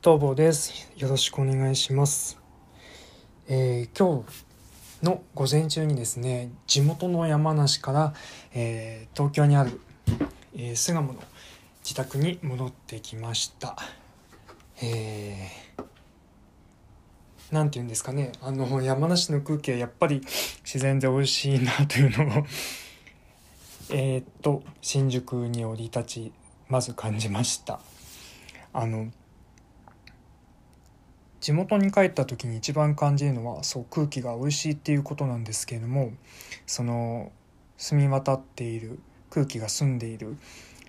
東坊です。よろしくお願いします。今日の午前中にですね、地元の山梨から、東京にある、巣鴨の自宅に戻ってきました。なんていうんですかね、山梨の空気はやっぱり自然で美味しいなというのを新宿に降り立ちまず感じました。地元に帰った時に一番感じるのは空気が美味しいっていうことなんですけれども、その澄み渡っている空気が澄んでいる、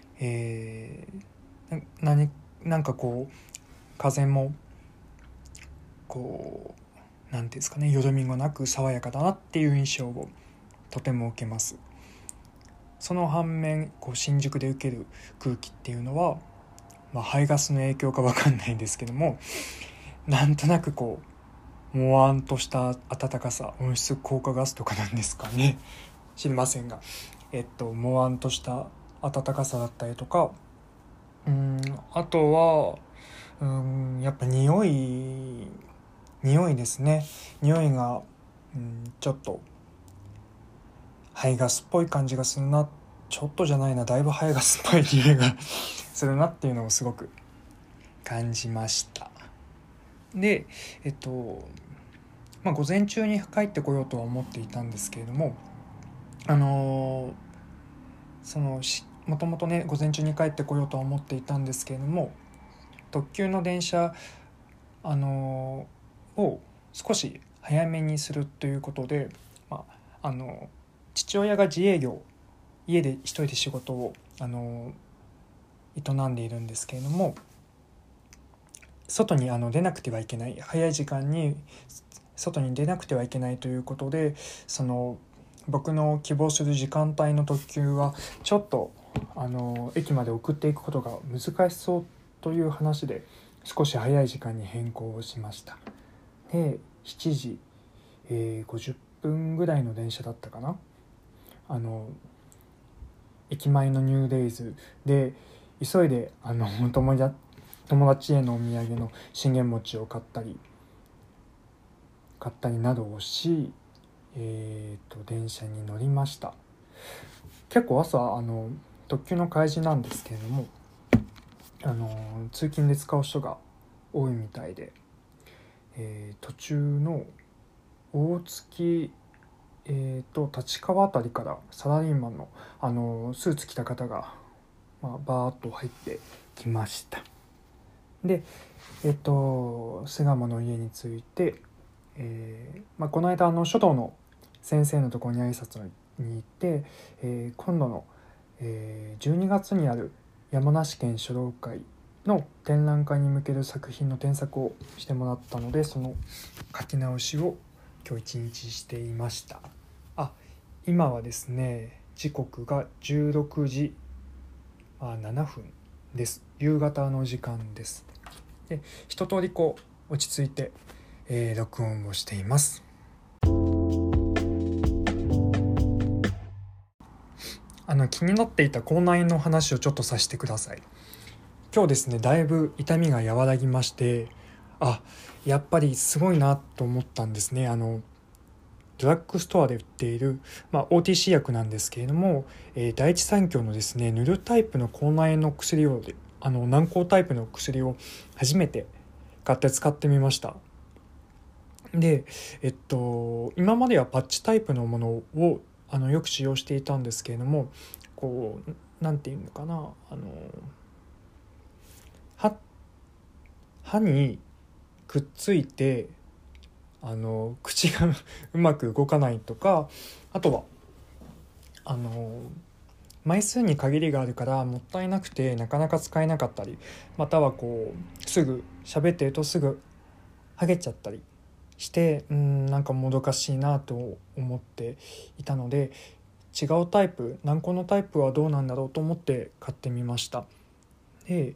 なんか風もなんていうんですかね、よどみがなく爽やかだなっていう印象をとても受けます。その反面新宿で受ける空気っていうのは、排ガスの影響か分かんないんですけども、なんとなくもわんとした暖かさ、温室効果ガスとかなんですかね、知りませんが、もわんとした暖かさだったりとか、あとはやっぱ匂いですね。匂いがちょっと排ガスっぽい感じがするな。ちょっとじゃないな、だいぶ排ガスっぽい匂いがするなっていうのをすごく感じました。で午前中に帰ってこようとは思っていたんですけれども、もともとね午前中に帰ってこようとは思っていたんですけれども、特急の電車、を少し早めにするということで、父親が自営業、家で一人で仕事を営んでいるんですけれども、外に出なくてはいけない、早い時間に外に出なくてはいけないということで、僕の希望する時間帯の特急はちょっと駅まで送っていくことが難しそうという話で、少し早い時間に変更をしました。で7時、50分ぐらいの電車だったかな。駅前のニューデイズで急いで友達へのお土産の信玄餅を買ったりなどをし、電車に乗りました。結構朝特急の開示なんですけれども、通勤で使う人が多いみたいで、途中の大月、立川あたりからサラリーマンのスーツ着た方が、バーッと入ってきました。で巣鴨の家に着いて、この間書道の先生のところに挨拶に行って、今度の、12月にある山梨県書道会の展覧会に向ける作品の添削をしてもらったので、その書き直しを今日一日していました。今はですね、時刻が16時7分です。夕方の時間です。で一通り落ち着いて、録音をしています。気になっていた口内炎の話をちょっとさせてください。今日ですね、だいぶ痛みが和らぎまして、やっぱりすごいなと思ったんですね。ドラッグストアで売っている、OTC 薬なんですけれども、第一三共のですね、塗るタイプの口内炎の薬を軟膏タイプの薬を初めて買って使ってみました。で今まではパッチタイプのものをよく使用していたんですけれども、なんていうのかな、歯にくっついて口がうまく動かないとか、あとは枚数に限りがあるからもったいなくてなかなか使えなかったり、またはすぐ喋ってるとすぐ剥げちゃったりして、なんかもどかしいなと思っていたので、違うタイプ、軟膏のタイプはどうなんだろうと思って買ってみました。で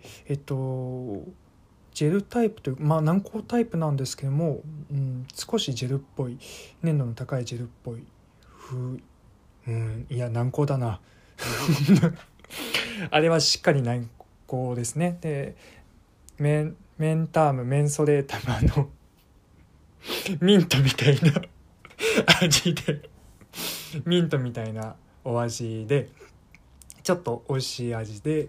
ジェルタイプという軟膏タイプなんですけども、少しジェルっぽい、粘度の高いジェルっぽいいや軟膏だなあれはしっかり軟膏ですね。でメンタームメンソレータムミントみたいな味でミントみたいなお味でちょっと美味しい味で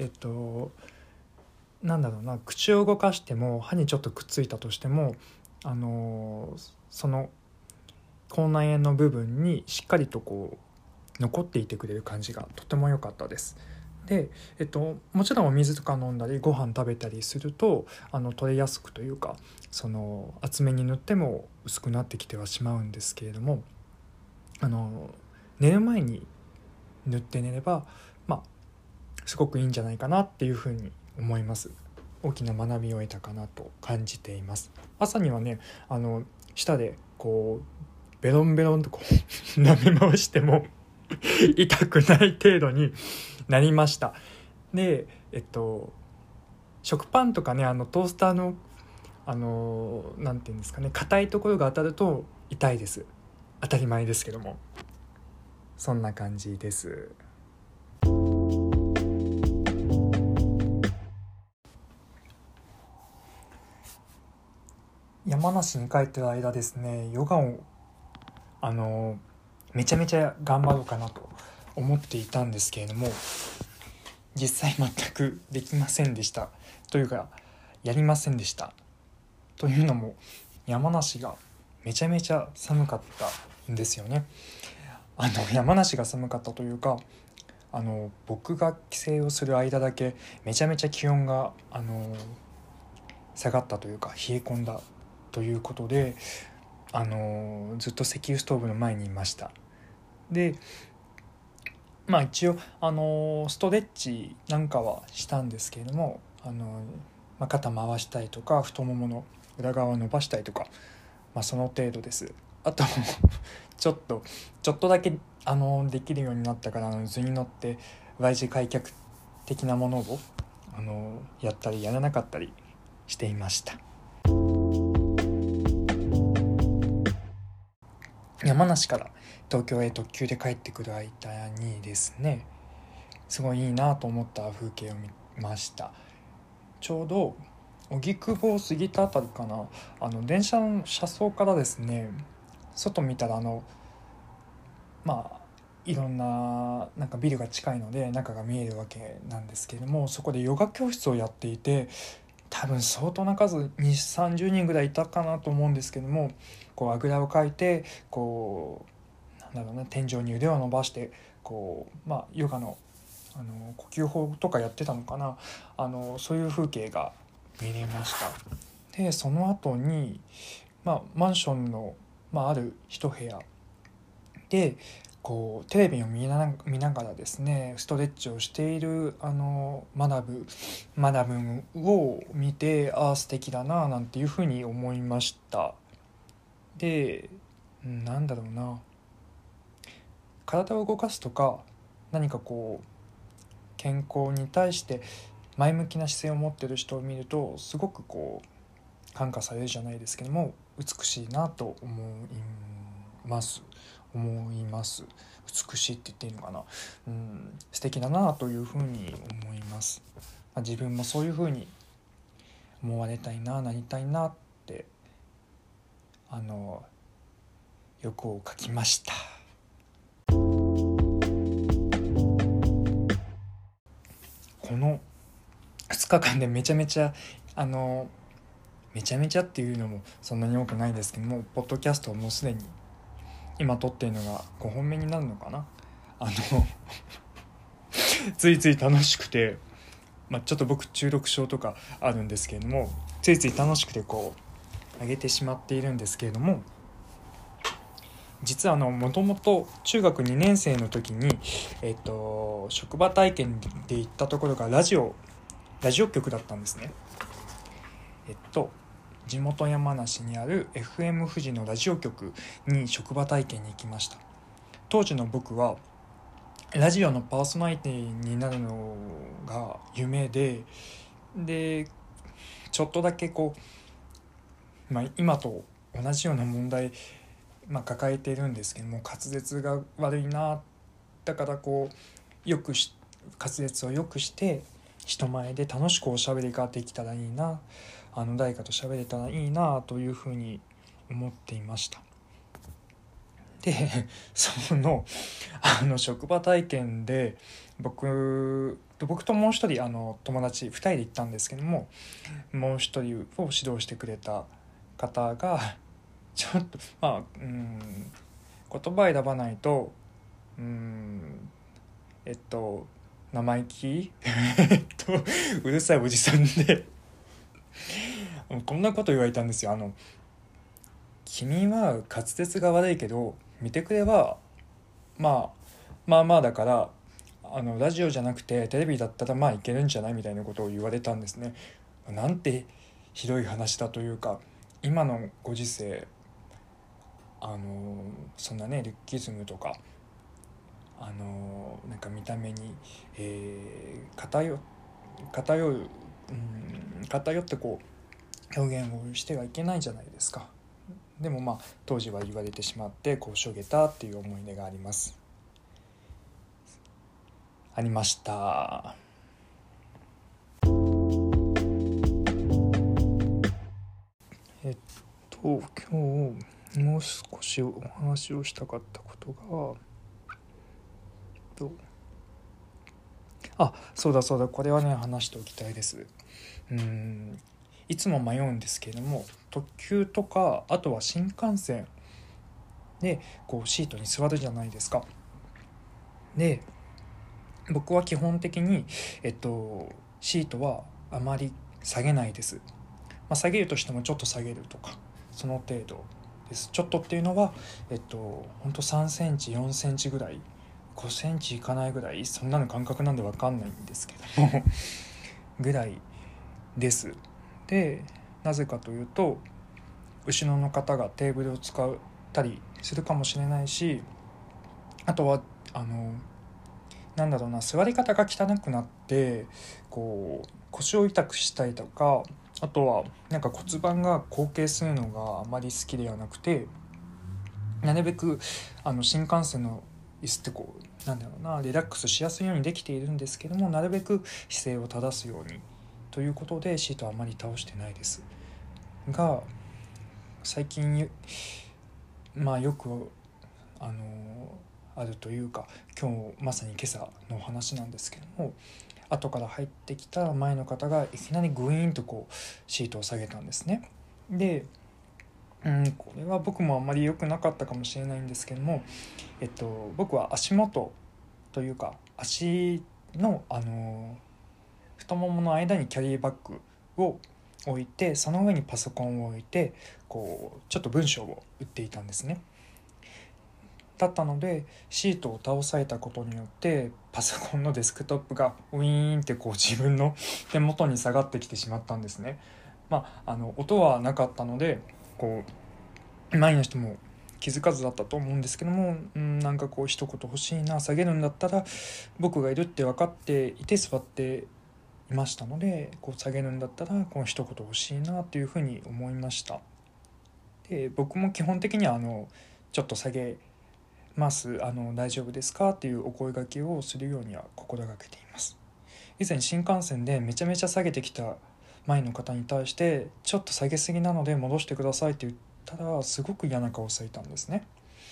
なんだろうな、口を動かしても歯にちょっとくっついたとしてもその口内炎の部分にしっかりとこう残っていてくれる感じがとても良かったです。で、もちろんお水とか飲んだりご飯食べたりすると取れやすくというか、その厚めに塗っても薄くなってきてはしまうんですけれども、寝る前に塗って寝ればすごくいいんじゃないかなっていうふうに思います。大きな学びを得たかなと感じています。朝にはね舌でこうベロンベロンとこう舐め回しても痛くない程度になりました。で食パンとかねトースターのなんていうんですかね、硬いところが当たると痛いです。当たり前ですけども、そんな感じです。山梨に帰ってる間ですね、ヨガをめちゃめちゃ頑張ろうかなと思っていたんですけれども、実際全くできませんでした。というかやりませんでした。というのも山梨がめちゃめちゃ寒かったんですよね。山梨が寒かったというか僕が帰省をする間だけめちゃめちゃ気温が下がったというか冷え込んだということでずっと石油ストーブの前にいました。で一応ストレッチなんかはしたんですけれども肩回したりとか太ももの裏側を伸ばしたりとか、その程度です。あとちょっとだけできるようになったから図に乗って Y 字開脚的なものをやったりやらなかったりしていました。山梨から東京へ特急で帰ってくる間にですね、すごいいいなと思った風景を見ました。ちょうど荻窪を過ぎたあたりかな、電車の車窓からですね外見たらいろんなビルが近いので中が見えるわけなんですけれども、そこでヨガ教室をやっていて、多分相当な数2、30人ぐらいいたかなと思うんですけども、こうあぐらをかいてこう天井に腕を伸ばしてこうヨガの呼吸法とかやってたのかな、そういう風景が見れました。でその後に、マンションの、ある一部屋でこうテレビを見ながらですねストレッチをしているマダムを見て、素敵だななんていうふうに思いました。でなんだろうな、体を動かすとか何かこう健康に対して前向きな姿勢を持っている人を見るとすごくこう感化されるじゃないですけども、美しいなと思います美しいって言っていいのかな、素敵だなというふうに思います。自分もそういうふうに思われたいな、なりたいなって欲を書きました。この2日間でめちゃめちゃっていうのもそんなに多くないですけども、ポッドキャストをもうすでに今撮っているのが5本目になるのかな。ついつい楽しくて、ちょっと僕中毒症とかあるんですけれども、ついつい楽しくてこう上げてしまっているんですけれども、実はもともと中学2年生の時に、職場体験で行ったところがラジオ局だったんですね。地元山梨にある FM 富士のラジオ局に職場体験に行きました。当時の僕はラジオのパーソナリティになるのが夢でちょっとだけこう、今と同じような問題、抱えているんですけども、滑舌が悪いな、だからこう滑舌を良くして人前で楽しくおしゃべりができたらいいな、誰かと喋れたらいいなというふうに思っていました。で職場体験で僕ともう一人友達2人で行ったんですけども、もう一人を指導してくれた方がちょっと言葉選ばないと生意気うるさいおじさんでこんなこと言われたんですよ。君は滑舌が悪いけど見てくれはまあだからラジオじゃなくてテレビだったらまあいけるんじゃないみたいなことを言われたんですね。なんてひどい話だというか、今のご時世そんなねルッキズムとかなんか見た目に、偏ってこう表現をしてはいけないじゃないですか。でも当時は言われてしまってしょげたっていう思い出がありました。今日もう少しお話をしたかったことがそうだこれはね話しておきたいです。いつも迷うんですけれども、特急とかあとは新幹線でシートに座るじゃないですか。で僕は基本的にシートはあまり下げないです。下げるとしてもちょっと下げるとかその程度です。ちょっとっていうのはほんと3センチ4センチぐらい、5センチいかないぐらい、そんなの感覚なんで分かんないんですけどもぐらいです。でなぜかというと後ろの方がテーブルを使ったりするかもしれないし、あとは座り方が汚くなって腰を痛くしたりとか、あとは骨盤が後傾するのがあまり好きではなくて、なるべく新幹線の椅子ってリラックスしやすいようにできているんですけども、なるべく姿勢を正すようにということでシートはあまり倒してないですが、最近よくあるというか、今日まさに今朝のお話なんですけども、後から入ってきた前の方がいきなりグイーンとシートを下げたんですね。でこれは僕もあんまり良くなかったかもしれないんですけども、僕は足元というか足の、太ももの間にキャリーバッグを置いて、その上にパソコンを置いてちょっと文章を打っていたんですね。だったのでシートを倒されたことによってパソコンのデスクトップがウィーンって自分の手元に下がってきてしまったんですね。音はなかったので前の人も気づかずだったと思うんですけども、一言欲しいな、下げるんだったら僕がいるって分かっていて座っていましたので、下げるんだったら一言欲しいなというふうに思いました。で僕も基本的にはちょっと下げます大丈夫ですかっていうお声掛けをするようには心がけています。以前新幹線でめちゃめちゃ下げてきた前の方に対してちょっと下げすぎなので戻してくださいって言ったらすごく嫌な顔をされたんですね。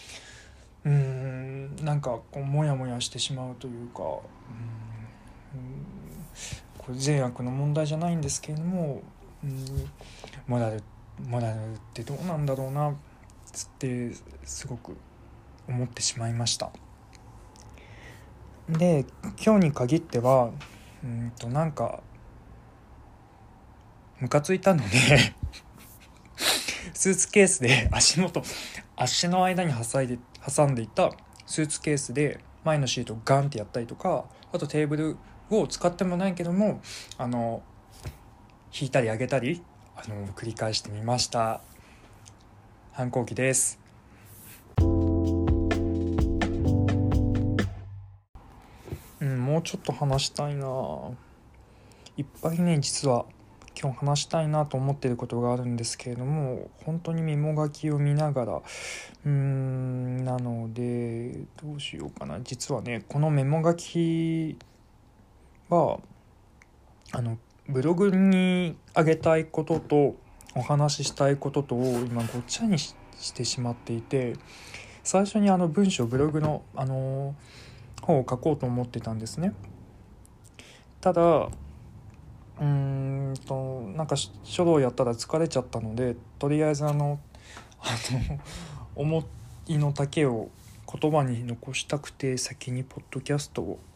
モヤモヤしてしまうというか、これ善悪の問題じゃないんですけれども、モラルってどうなんだろうなってすごく思ってしまいました。で今日に限ってはムカついたのでスーツケースで足の間に挟んでいたスーツケースで前のシートをガンってやったりとか、あとテーブルを使ってもないけども引いたり上げたり繰り返してみました。反抗期です。もうちょっと話したいな。いっぱいね実は今日話したいなと思っていることがあるんですけれども、本当にメモ書きを見ながらなのでどうしようかな。実はねこのメモ書きはあのブログに上げたいこととお話ししたいこととを今ごっちゃにしてしまっていて、最初に文章ブログの本を書こうと思ってたんですね。ただなんか書道やったら疲れちゃったので、とりあえず思いの丈を言葉に残したくて先にポッドキャストを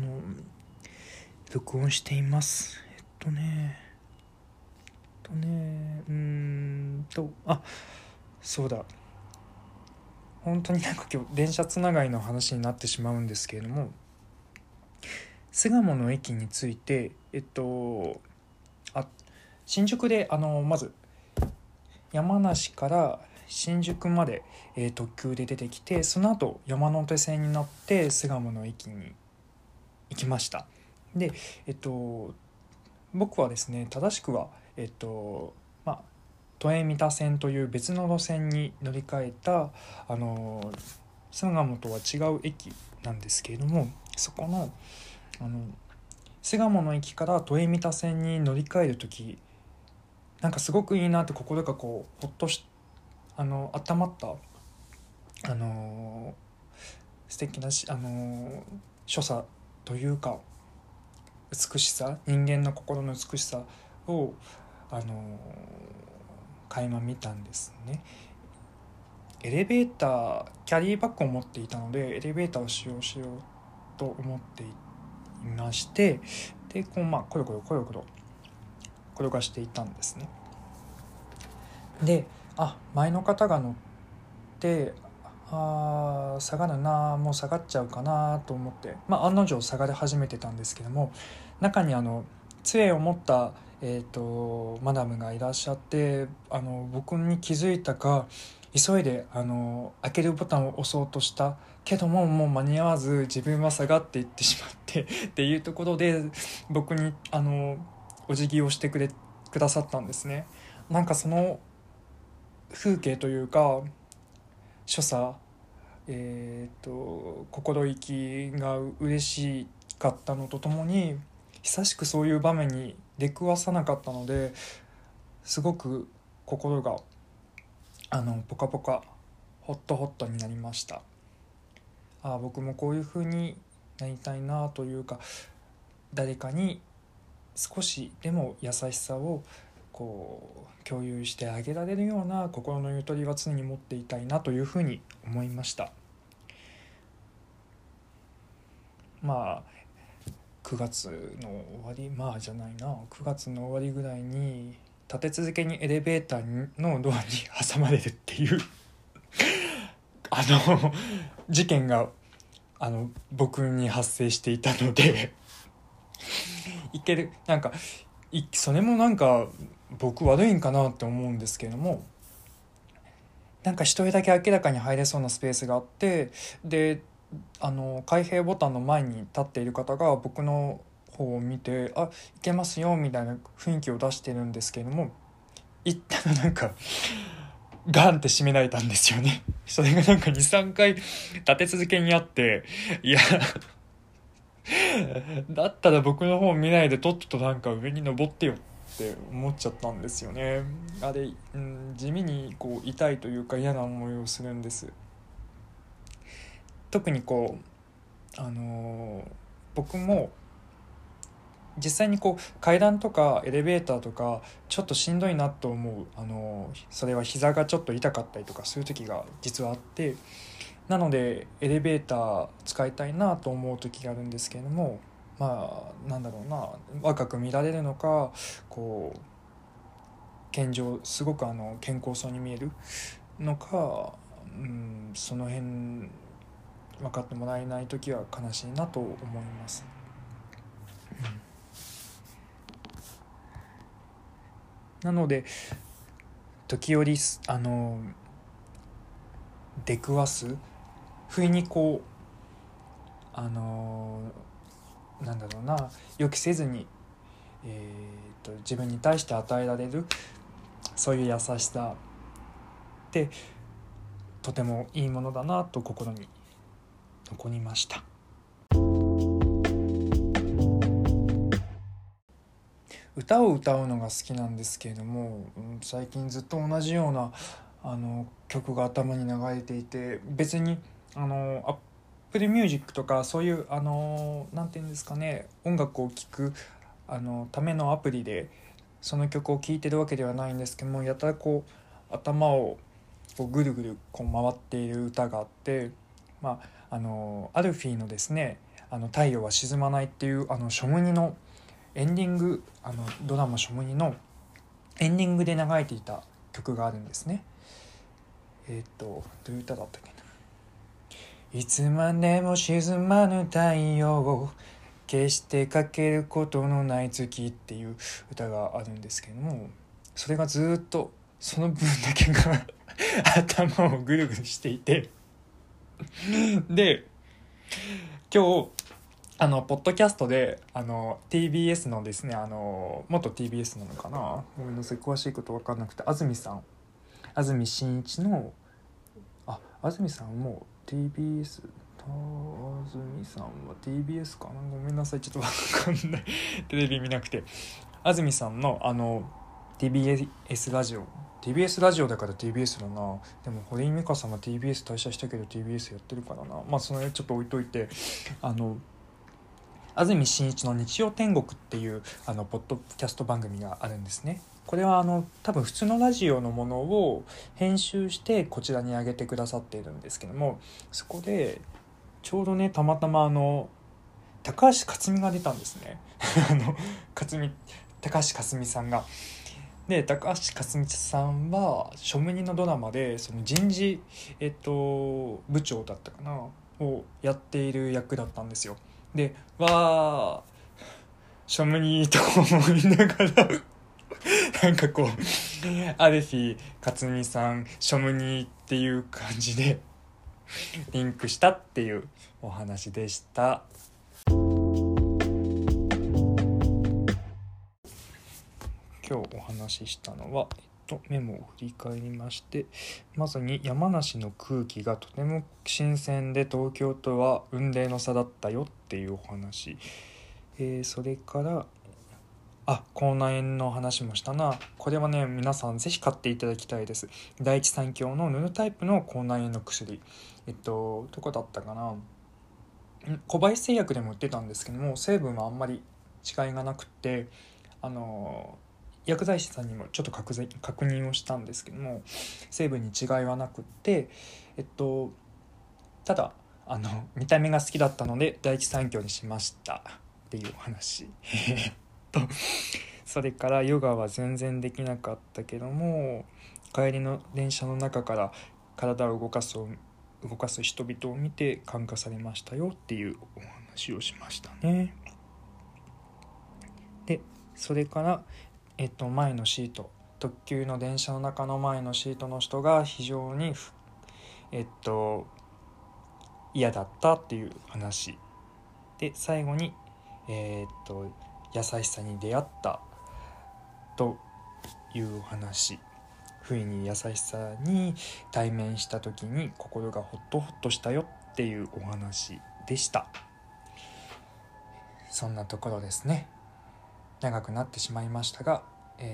録音しています。そうだ、本当になんか今日電車つながりの話になってしまうんですけれども、巣鴨の駅について新宿でまず山梨から新宿まで、特急で出てきて、その後山手線に乗って巣鴨の駅に行きました。で、僕はですね、正しくは都営三田線という別の路線に乗り換えた巣鴨とは違う駅なんですけれども、そこの巣鴨の駅から都営三田線に乗り換える時、なんかすごくいいなって心がこうほっと温まった素敵な所作というか美しさ、人間の心の美しさを垣間見たんですね。エレベーターキャリーバッグを持っていたのでエレベーターを使用しようと思っていまして、でコロコロ転がしていたんですね。で前の方が乗って下がるな、もう下がっちゃうかなと思って、案の定下がり始めてたんですけども、中に杖を持ったマダムがいらっしゃって、僕に気づいたか急いで開けるボタンを押そうとしたけども、もう間に合わず自分は下がっていってしまってっていうところで僕にお辞儀をしてくださったんですね。なんかその風景というか所作、心意気が嬉しかったのとともに、久しくそういう場面に出くわさなかったので、すごく心がポカポカホットになりました。僕もこういう風になりたいなというか、誰かに少しでも優しさをこう共有してあげられるような心のゆとりは常に持っていたいなというふうに思いました。9月の終わり9月の終わりぐらいに立て続けにエレベーターのドアに挟まれるっていう事件が僕に発生していたのでそれもなんか僕悪いんかなって思うんですけども、なんか一人だけ明らかに入れそうなスペースがあって、で開閉ボタンの前に立っている方が僕の方を見ていけますよみたいな雰囲気を出してるんですけども、一旦なんかガンって閉められたんですよね。それがなんか 2,3 回立て続けにあって、いやだったら僕の方見ないでとっととなんか上に登ってよって思っちゃったんですよね。地味にこう痛いというか嫌な思いをするんです。特に僕も実際に階段とかエレベーターとかちょっとしんどいなと思うそれは膝がちょっと痛かったりとかそういう時が実はあって、なのでエレベーター使いたいなと思う時があるんですけれども、若く見られるのかすごく健康そうに見えるのか、その辺分かってもらえない時は悲しいなと思います。なので時折出くわす不意に予期せずに、自分に対して与えられるそういう優しさってとてもいいものだなと心に残りました。 歌を歌うのが好きなんですけれども、最近ずっと同じような曲が頭に流れていて、別にApple Music とかそういうなんていうんですかね、音楽を聴くためのアプリでその曲を聴いてるわけではないんですけども、やたらこう頭をこうぐるぐるこう回っている歌があって、アルフィーのですね太陽は沈まないっていうショムニのエンディング、ドラマショムニのエンディングで流れていた曲があるんですね。どういう歌だったっけな。いつまでも沈まぬ太陽を決してかけることのない月っていう歌があるんですけども、それがずっとその分だけが頭をぐるぐるしていてで今日ポッドキャストでTBS のですね元 TBS なのかな、ごめんなさい詳しいこと分かんなくて、安住紳一の安住さんも TBS、 安住さんは TBS かな、ごめんなさいちょっと分かんないテレビ見なくて、安住さんのTBS ラジオだから TBS だな。でも堀井美香さんが TBS 退社したけど TBS やってるからな。それちょっと置いといて、安住紳一の日曜天国っていうポッドキャスト番組があるんですね。これは多分普通のラジオのものを編集してこちらに上げてくださっているんですけども、そこでちょうどねたまたま高橋克実が出たんですね高橋克実さんが。で高橋克実さんはショムニのドラマでその人事、部長だったかなをやっている役だったんですよ。でショムニと思いながらなんかこうアルフィー克実さんショムニっていう感じでリンクしたっていうお話でした。今日お話ししたのは、メモを振り返りまして、まずに山梨の空気がとても新鮮で東京とは雲泥の差だったよっていうお話、それから口内炎の話もしたな。これはね皆さんぜひ買っていただきたいです。第一三共のヌルタイプの口内炎の薬、どこだったかな、小林製薬でも売ってたんですけども、成分はあんまり違いがなくて薬剤師さんにもちょっと確認をしたんですけども、成分に違いはなくって、ただ見た目が好きだったので第一三共にしましたっていうお話それからヨガは全然できなかったけども、帰りの電車の中から体を動かす人々を見て感化されましたよっていうお話をしましたね。でそれから前のシート、特急の電車の中の前のシートの人が非常に嫌だったっていう話で、最後に優しさに出会ったというお話、不意に優しさに対面した時に心がホッとホッとしたよっていうお話でした。そんなところですね。長くなってしまいましたが、今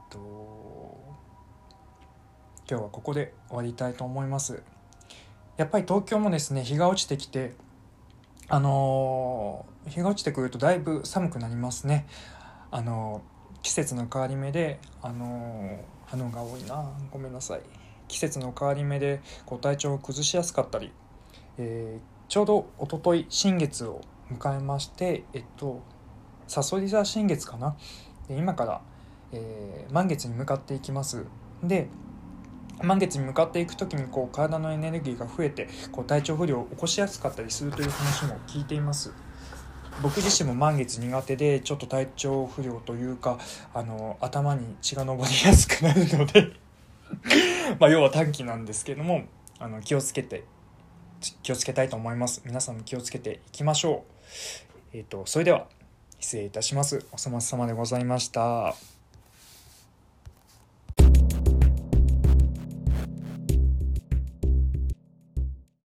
日はここで終わりたいと思います。やっぱり東京もですね日が落ちてきて日が落ちてくるとだいぶ寒くなりますね。季節の変わり目で花が多いな、ごめんなさい。季節の変わり目で体調を崩しやすかったり、ちょうど一昨日新月を迎えまして、さそり座新月かな。で今から、満月に向かっていきます。で満月に向かっていくときに体のエネルギーが増えて体調不良を起こしやすかったりするという話も聞いています。僕自身も満月苦手でちょっと体調不良というか頭に血が上りやすくなるので要は短期なんですけども気をつけたいと思います。皆さんも気をつけていきましょう。それでは失礼いたします。お粗末様でございました。